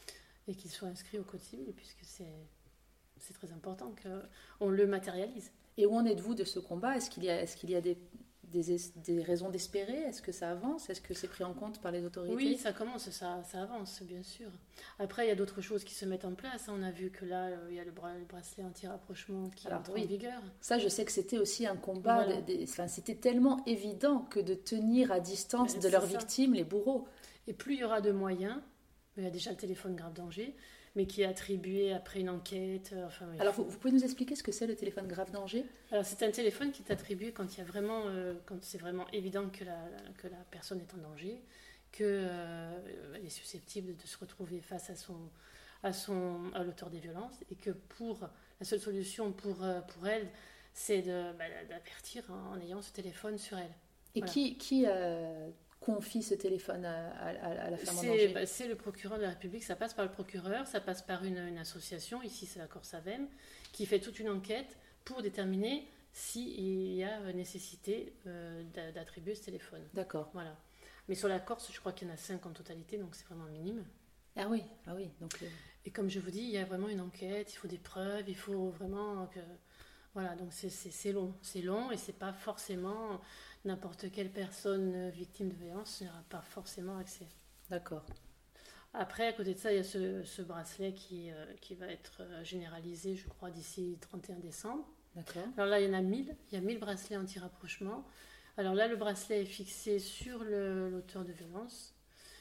B: et qu'il soit inscrit au code civil, puisque c'est, c'est très important qu'on le matérialise.
A: Et où en êtes-vous de ce combat ? Est-ce qu'il y a, est-ce qu'il y a des, des, des raisons d'espérer ? Est-ce que ça avance ? Est-ce que c'est pris en compte par les autorités ?
B: Oui, ça commence, ça, ça avance, bien sûr. Après, il y a d'autres choses qui se mettent en place. On a vu que là, il y a le, bras, le bracelet anti-rapprochement qui
A: Alors,
B: entre
A: oui.
B: en vigueur.
A: Ça, je sais que c'était aussi un combat.
B: Voilà.
A: Des, enfin, c'était tellement évident que de tenir à distance Mais de leurs ça. victimes, les bourreaux.
B: Et plus il y aura de moyens, il y a déjà le téléphone grave danger, mais qui est attribué après une enquête. Enfin,
A: Alors, faut... vous, vous pouvez nous expliquer ce que c'est le téléphone grave danger ?
B: Alors, c'est un téléphone qui est attribué quand il y a vraiment, euh, quand c'est vraiment évident que la, que la personne est en danger, qu'elle euh, est susceptible de se retrouver face à, son, à, son, à l'auteur des violences, et que pour, la seule solution pour, pour elle, c'est de, bah, d'avertir en, en ayant ce téléphone sur elle.
A: Et
B: voilà.
A: qui... qui euh... confie ce téléphone à, à, à la femme
B: c'est,
A: en danger ?
B: bah, c'est le procureur de la République, ça passe par le procureur, ça passe par une, une association, ici c'est la Corse Avem, qui fait toute une enquête pour déterminer s'il y a nécessité euh, d'attribuer ce téléphone.
A: D'accord.
B: Voilà. Mais sur la Corse, je crois qu'il y en a cinq en totalité, donc c'est vraiment minime.
A: Ah oui, ah oui. Donc, euh...
B: Et comme je vous dis, il y a vraiment une enquête, il faut des preuves, il faut vraiment que... Voilà, donc c'est, c'est, c'est long. C'est long et c'est pas forcément... N'importe quelle personne victime de violence n'aura pas forcément accès.
A: D'accord.
B: Après, à côté de ça, il y a ce, ce bracelet qui, euh, qui va être généralisé, je crois, d'ici le trente et un décembre.
A: D'accord.
B: Alors là, il y en a mille. Il y a mille bracelets anti-rapprochement. Alors là, le bracelet est fixé sur le, l'auteur de violence.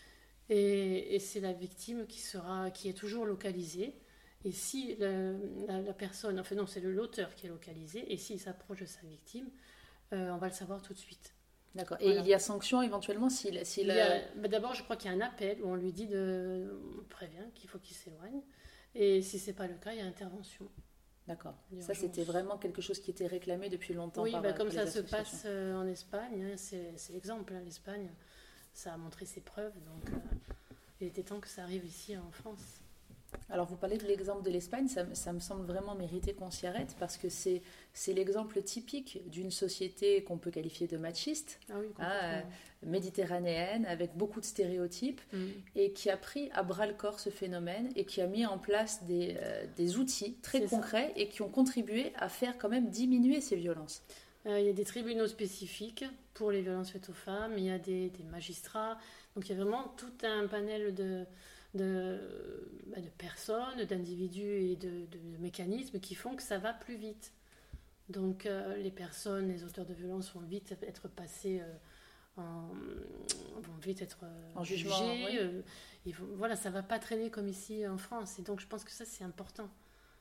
B: Et, et c'est la victime qui, sera, qui est toujours localisée. Et si le, la, la personne... Enfin non, c'est le, l'auteur qui est localisé. Et s'il s'approche de sa victime... Euh, on va le savoir tout de suite.
A: D'accord. Et voilà. Il y a sanction éventuellement s'il, s'il
B: il y a, bah d'abord, je crois qu'il y a un appel où on lui dit de, on prévient qu'il faut qu'il s'éloigne. Et si c'est pas le cas, il y a intervention.
A: D'accord. Ça, c'était vraiment quelque chose qui était réclamé depuis longtemps.
B: Oui,
A: par,
B: bah, comme ça
A: se
B: passe euh, en Espagne, hein, c'est, c'est l'exemple. Hein, L'Espagne, ça a montré ses preuves, donc euh, il était temps que ça arrive ici en France.
A: Alors, vous parlez de l'exemple de l'Espagne, ça, ça me semble vraiment mériter qu'on s'y arrête parce que c'est, c'est l'exemple typique d'une société qu'on peut qualifier de machiste,
B: ah oui,
A: hein, méditerranéenne, avec beaucoup de stéréotypes, mmh. et qui a pris à bras-le-corps ce phénomène et qui a mis en place des, euh, des outils très c'est concrets ça. Et qui ont contribué à faire quand même diminuer ces violences.
B: Euh, il y a des tribunaux spécifiques pour les violences faites aux femmes, il y a des, des magistrats, donc il y a vraiment tout un panel de... De, bah de personnes, d'individus et de, de, de mécanismes qui font que ça va plus vite. Donc euh, les personnes, les auteurs de violences vont vite être passés euh, en, vont vite être euh,
A: en jugement,
B: jugés.
A: Oui.
B: Euh, et voilà, ça va pas traîner comme ici en France. Et donc je pense que ça c'est important.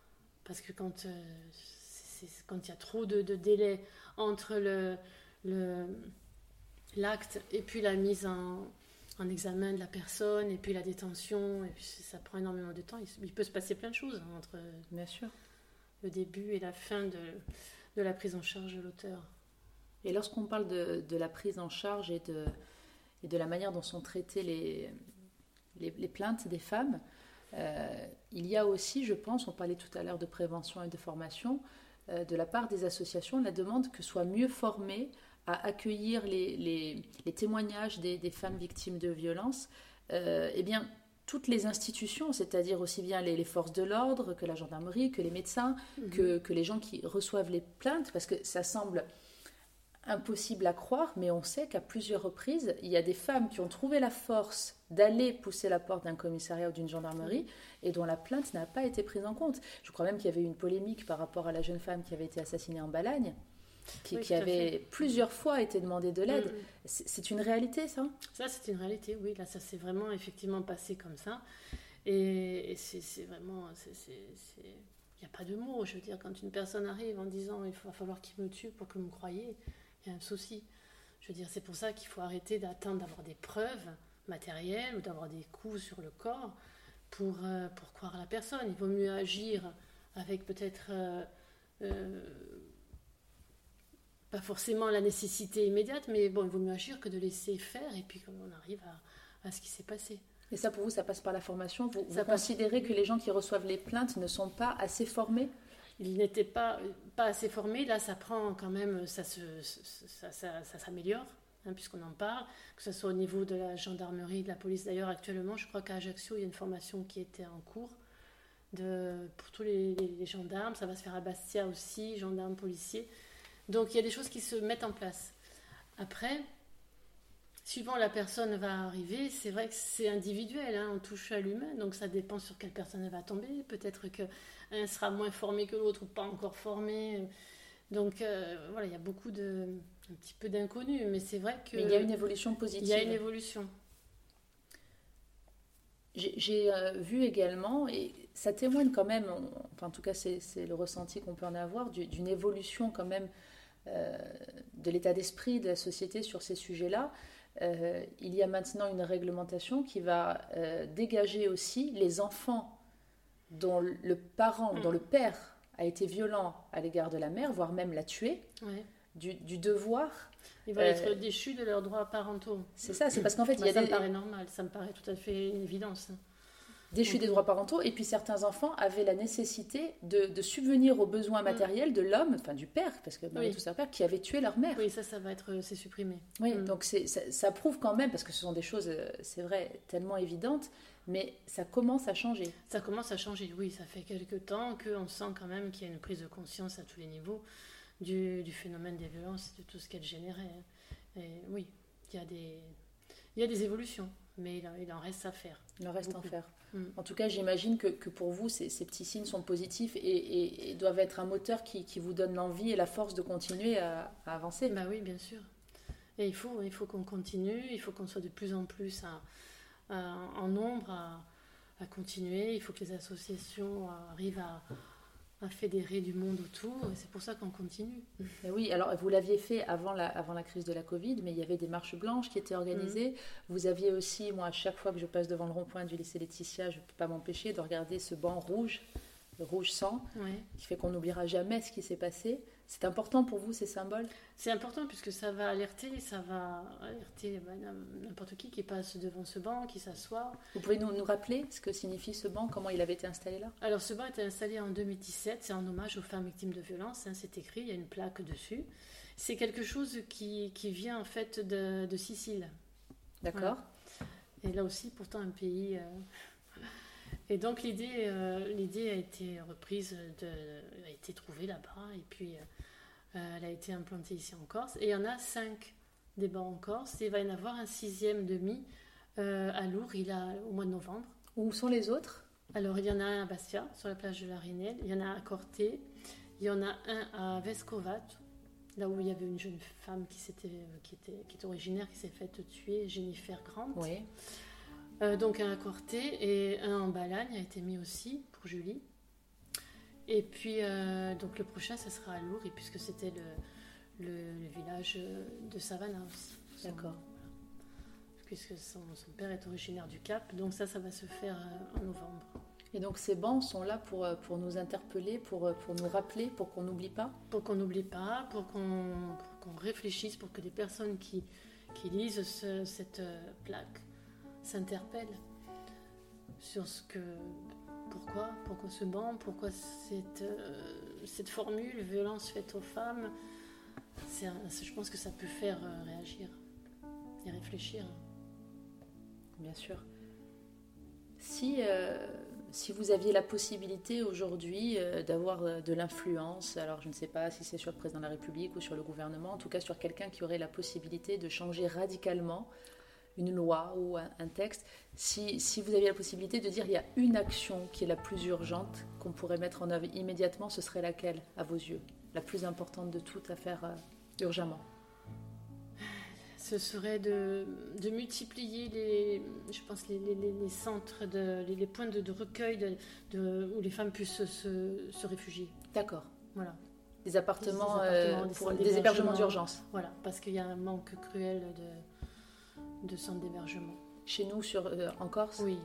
B: Parce que quand euh, c'est, c'est, quand il y a trop de, de délai entre le, le, l'acte et puis la mise en, en examen de la personne, et puis la détention, et puis ça prend énormément de temps. Il, il peut se passer plein de choses hein, entre
A: Bien sûr.
B: le début et la fin de, de la prise en charge de l'auteur.
A: Et lorsqu'on parle de, de la prise en charge et de, et de la manière dont sont traitées les, les, les plaintes des femmes, euh, il y a aussi, je pense, on parlait tout à l'heure de prévention et de formation, euh, de la part des associations, la demande que soient mieux formées à accueillir les, les, les témoignages des, des femmes victimes de violences. Euh, eh bien, toutes les institutions, c'est-à-dire aussi bien les, les forces de l'ordre que la gendarmerie, que les médecins, mmh. que, que les gens qui reçoivent les plaintes, parce que ça semble impossible à croire, mais on sait qu'à plusieurs reprises, il y a des femmes qui ont trouvé la force d'aller pousser la porte d'un commissariat ou d'une gendarmerie et dont la plainte n'a pas été prise en compte. Je crois même qu'il y avait eu une polémique par rapport à la jeune femme qui avait été assassinée en Balagne, qui, oui, qui avait fait. plusieurs fois été demandé de l'aide. Mmh. C'est, c'est une réalité, ça ?
B: Ça, c'est une réalité, oui. Là, ça s'est vraiment effectivement passé comme ça. Et, et c'est, c'est vraiment... C'est, c'est, c'est... Il n'y a pas de mots. Je veux dire, quand une personne arrive en disant « il va falloir qu'il me tue pour que vous me croyiez », il y a un souci. Je veux dire, c'est pour ça qu'il faut arrêter d'attendre d'avoir des preuves matérielles ou d'avoir des coups sur le corps pour, euh, pour croire la personne. Il vaut mieux agir avec peut-être euh, euh, pas forcément la nécessité immédiate, mais bon, il vaut mieux agir que de laisser faire et puis qu'on arrive à, à ce qui s'est passé.
A: Et ça, pour vous, ça passe par la formation ? Vous, vous considérez que les gens qui reçoivent les plaintes ne sont pas assez formés ?
B: Ils n'étaient pas, pas assez formés. Là, ça prend quand même, ça, se, ça, ça, ça s'améliore, hein, puisqu'on en parle, que ce soit au niveau de la gendarmerie, de la police. D'ailleurs, actuellement, je crois qu'à Ajaccio, il y a une formation qui était en cours de, pour tous les, les, les gendarmes. Ça va se faire à Bastia aussi, gendarmes, policiers. Donc, il y a des choses qui se mettent en place. Après, suivant la personne va arriver, c'est vrai que c'est individuel, hein, on touche à l'humain, donc ça dépend sur quelle personne elle va tomber. Peut-être qu'un sera moins formé que l'autre ou pas encore formé. Donc euh, voilà, il y a beaucoup de, un petit peu d'inconnus, mais c'est vrai que...
A: Mais il y a une évolution positive.
B: Il y a une évolution.
A: J'ai, j'ai euh, vu également, et ça témoigne quand même, on, enfin en tout cas c'est, c'est le ressenti qu'on peut en avoir, du, d'une évolution quand même euh, de l'état d'esprit de la société sur ces sujets-là. Euh, il y a maintenant une réglementation qui va euh, dégager aussi les enfants dont le parent, mmh. dont le père a été violent à l'égard de la mère, voire même l'a tué,
B: ouais.
A: du, du devoir.
B: Ils vont euh, être déchus de leurs droits parentaux.
A: C'est ça, c'est parce qu'en fait,
B: bah,
A: il y a
B: ça
A: des...
B: me paraît normal, ça me paraît tout à fait une évidence.
A: Déchus Donc, des droits parentaux, et puis certains enfants avaient la nécessité de, de subvenir aux besoins matériels mmh. de l'homme, enfin du père, parce que oui. tous leurs pères, qui avaient tué leur mère.
B: Oui, ça, ça va être, c'est supprimé.
A: Oui, mmh. donc c'est, ça, ça prouve quand même, parce que ce sont des choses, c'est vrai, tellement évidentes, mais ça commence à changer.
B: Ça commence à changer, oui, ça fait quelque temps qu'on sent quand même qu'il y a une prise de conscience à tous les niveaux du, du phénomène des violences, de tout ce qu'elle générait. Et oui, il y a des, il y a des évolutions, mais il en, il en reste à faire.
A: Il en reste
B: Beaucoup.
A: à faire.
B: Mm.
A: En tout cas, j'imagine que, que pour vous, ces, ces petits signes sont positifs et, et, et doivent être un moteur qui, qui vous donne l'envie et la force de continuer à, à avancer.
B: Bah oui, bien sûr. Et il faut, il faut qu'on continue, il faut qu'on soit de plus en plus à, à, en nombre à, à continuer. Il faut que les associations arrivent à, à fédérer du monde autour. Et c'est pour ça qu'on continue.
A: Et oui, alors vous l'aviez fait avant la, avant la crise de la Covid, mais il y avait des marches blanches qui étaient organisées. Mmh. Vous aviez aussi, moi, à chaque fois que je passe devant le rond-point du lycée Laetitia, je ne peux pas m'empêcher de regarder ce banc rouge, le rouge sang,
B: ouais.
A: qui fait qu'on n'oubliera jamais ce qui s'est passé. C'est important pour vous, ces symboles ?
B: C'est important puisque ça va alerter, ça va alerter bah, n'importe qui qui passe devant ce banc, qui s'assoit.
A: Vous pouvez nous, nous rappeler ce que signifie ce banc, comment il avait été installé là ?
B: Alors ce banc a été installé en deux mille dix-sept, c'est en hommage aux femmes victimes de violences, hein, c'est écrit, il y a une plaque dessus. C'est quelque chose qui, qui vient en fait de, de Sicile.
A: D'accord.
B: Voilà. Et là aussi, pourtant un pays... Euh... Et donc l'idée, euh, l'idée a été reprise, de, a été trouvée là-bas, et puis... Euh, Euh, elle a été implantée ici en Corse. Et il y en a cinq des bancs en Corse. Et il va y en avoir un sixième demi euh, à Lourdes, il a, au mois de novembre.
A: Où sont les autres ?
B: Alors, il y en a un à Bastia, sur la plage de la Rénelle. Il y en a un à Corté. Il y en a un à Vescovat, là où il y avait une jeune femme qui, s'était, qui, était, qui est originaire, qui s'est faite tuer, Jennifer Grant.
A: Oui.
B: Euh, donc, un à Corté et un en Balagne a été mis aussi pour Julie. Et puis, euh, donc le prochain, ça sera à Lourdes, puisque c'était le, le, le village de Savannah aussi.
A: D'accord.
B: Son, puisque son, son père est originaire du Cap. Donc ça, ça va se faire euh, en novembre.
A: Et donc ces bancs sont là pour, pour nous interpeller, pour, pour nous rappeler, pour qu'on n'oublie pas.
B: Pour qu'on n'oublie pas, pour qu'on, pour qu'on réfléchisse, pour que les personnes qui, qui lisent ce, cette plaque s'interpellent sur ce que... Pourquoi Pourquoi ce banc Pourquoi cette, euh, cette formule, violence faite aux femmes? C'est un, je pense que ça peut faire euh, réagir et réfléchir.
A: Bien sûr. Si, euh, si vous aviez la possibilité aujourd'hui euh, d'avoir de l'influence, alors je ne sais pas si c'est sur le président de la République ou sur le gouvernement, en tout cas sur quelqu'un qui aurait la possibilité de changer radicalement une loi ou un, un texte, si, si vous aviez la possibilité de dire il y a une action qui est la plus urgente, qu'on pourrait mettre en œuvre immédiatement, ce serait laquelle, à vos yeux? La plus importante de toutes à faire euh, urgemment?
B: Ce serait de, de multiplier les, je pense les, les, les centres, de, les, les points de, de recueil de, de, où les femmes puissent se, se réfugier.
A: D'accord.
B: Voilà.
A: Des appartements,
B: des, appartements,
A: euh,
B: des,
A: pour
B: des,
A: des hébergements d'urgence.
B: Voilà, parce qu'il y a un manque cruel de, de centres d'hébergement.
A: Chez nous, sur, euh, en Corse?
B: Oui.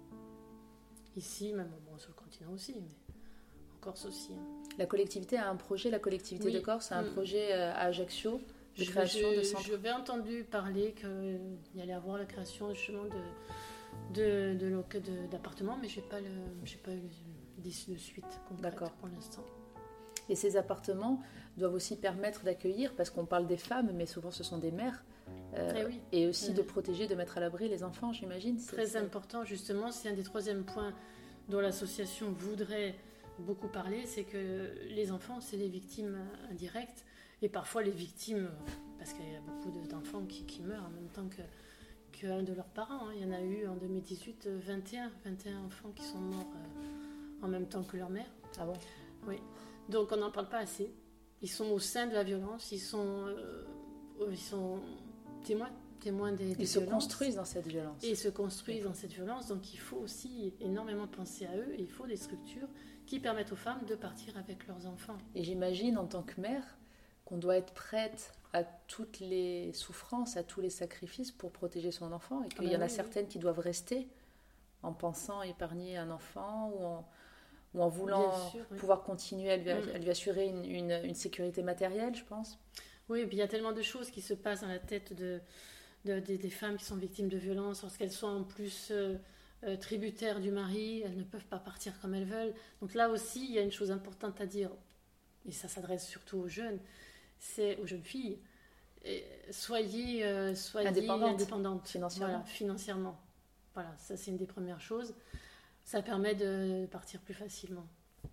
B: Ici, même bon, sur le continent aussi, mais en Corse aussi. Hein.
A: La collectivité a un projet, la collectivité
B: oui.
A: de Corse a un mmh. projet euh, à Ajaccio de
B: je,
A: création
B: je,
A: de centres.
B: Je vais entendu parler qu'il y allait avoir la création justement de, de, de, de, de, d'appartements, mais je n'ai pas, le, j'ai pas eu de suite concrète pour l'instant.
A: Et ces appartements doivent aussi permettre d'accueillir, parce qu'on parle des femmes, mais souvent ce sont des mères, euh,
B: eh oui.
A: et aussi
B: mmh.
A: de protéger, de mettre à l'abri les enfants, j'imagine.
B: C'est très c'est... important, justement, c'est un des troisièmes points dont l'association voudrait beaucoup parler, c'est que les enfants, c'est les victimes indirectes, et parfois les victimes, parce qu'il y a beaucoup d'enfants qui, qui meurent en même temps que, qu'un de leurs parents. Hein. Il y en a eu en deux mille dix-huit vingt et un, vingt et un enfants qui sont morts euh, en même temps que leur mère.
A: Ah bon?
B: Oui. Donc on n'en parle pas assez. Ils sont au sein de la violence, ils sont, euh, ils sont témoins, témoins des, des
A: ils
B: violences.
A: Ils se construisent dans cette violence.
B: Et ils se construisent dans cette violence, donc il faut aussi énormément penser à eux, et il faut des structures qui permettent aux femmes de partir avec leurs enfants.
A: Et j'imagine en tant que mère qu'on doit être prête à toutes les souffrances, à tous les sacrifices pour protéger son enfant, et qu'il ah ben y en a oui, certaines oui. qui doivent rester en pensant épargner un enfant ou en, ou en voulant sûr, pouvoir oui. continuer à lui, à lui assurer une, une, une sécurité matérielle, je pense.
B: Oui, et puis il y a tellement de choses qui se passent dans la tête de, de, de, des femmes qui sont victimes de violences, lorsqu'elles sont en plus euh, euh, tributaires du mari, elles ne peuvent pas partir comme elles veulent. Donc là aussi, il y a une chose importante à dire, et ça s'adresse surtout aux jeunes, c'est aux jeunes filles. Et soyez euh, soyez
A: indépendantes,
B: indépendantes
A: financièrement.
B: Voilà, financièrement. Voilà, ça c'est une des premières choses. Ça permet de partir plus facilement.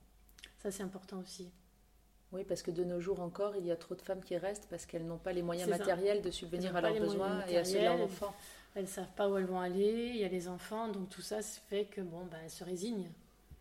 B: Ça c'est important aussi.
A: Oui, parce que de nos jours encore, il y a trop de femmes qui restent parce qu'elles n'ont pas les moyens c'est matériels ça. de subvenir à leurs besoins et à ceux de leurs enfants.
B: Elles ne savent pas où elles vont aller, il y a les enfants, donc tout ça fait que bon, ben, elles se résignent.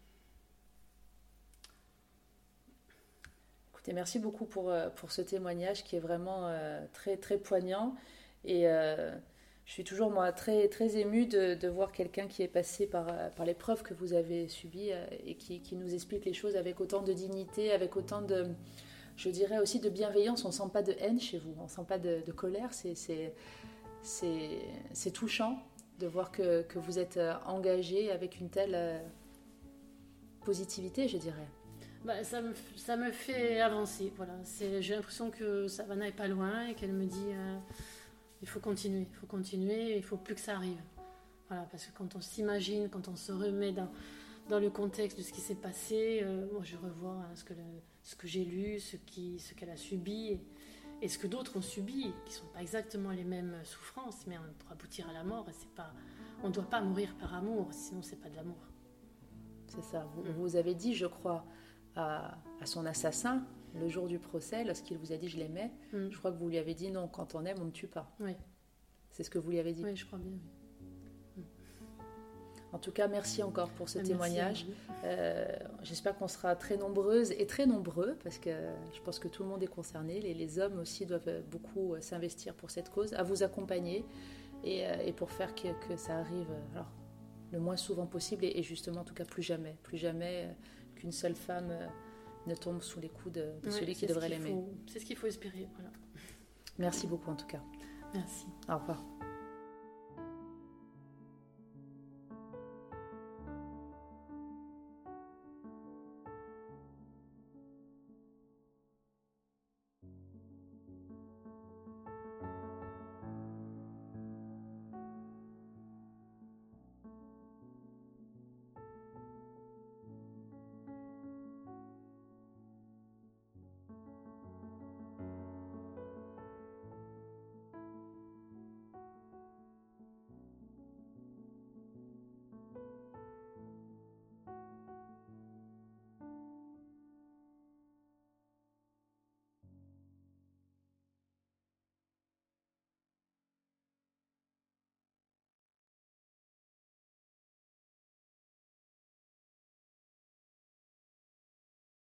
A: Écoutez, merci beaucoup pour, pour ce témoignage qui est vraiment euh, très, très poignant. Et euh, je suis toujours, moi, très, très émue de, de voir quelqu'un qui est passé par, par l'épreuve que vous avez subie euh, et qui, qui nous explique les choses avec autant de dignité, avec autant de, je dirais aussi de bienveillance. On ne sent pas de haine chez vous, on ne sent pas de, de colère. C'est, c'est, c'est, c'est touchant de voir que, que vous êtes engagé avec une telle euh, positivité, je dirais.
B: Bah, ça, me, ça me fait avancer. Voilà. C'est, j'ai l'impression que Savannah n'est pas loin et qu'elle me dit euh, il faut continuer, il faut continuer, il ne faut plus que ça arrive. Voilà, parce que quand on s'imagine, quand on se remet dans, dans le contexte de ce qui s'est passé, euh, moi je revois hein, ce, que le, ce que j'ai lu, ce, qui, ce qu'elle a subi et, et ce que d'autres ont subi, qui ne sont pas exactement les mêmes souffrances, mais pour aboutir à la mort, c'est pas, on ne doit pas mourir par amour, sinon ce n'est pas de l'amour.
A: C'est ça. Vous, mmh. vous avez dit, je crois, À, à son assassin, le jour du procès, lorsqu'il vous a dit « je l'aimais mm. », je crois que vous lui avez dit « non, quand on aime, on ne tue pas
B: oui. ».
A: C'est ce que vous lui avez dit.
B: Oui, je crois bien. Oui.
A: En tout cas, merci encore pour ce
B: merci
A: témoignage. Euh, j'espère qu'on sera très nombreuses et très nombreux, parce que je pense que tout le monde est concerné. Les, les hommes aussi doivent beaucoup s'investir pour cette cause, à vous accompagner et, et pour faire que, que ça arrive alors, le moins souvent possible et, et justement, en tout cas, plus jamais. Plus jamais qu'une seule femme euh, ne tombe sous les coups de, de
B: Ouais,
A: celui qui
B: c'est ce
A: devrait
B: qu'il
A: l'aimer.
B: faut- C'est ce qu'il faut espérer. Voilà.
A: Merci beaucoup en tout cas.
B: Merci.
A: Au revoir.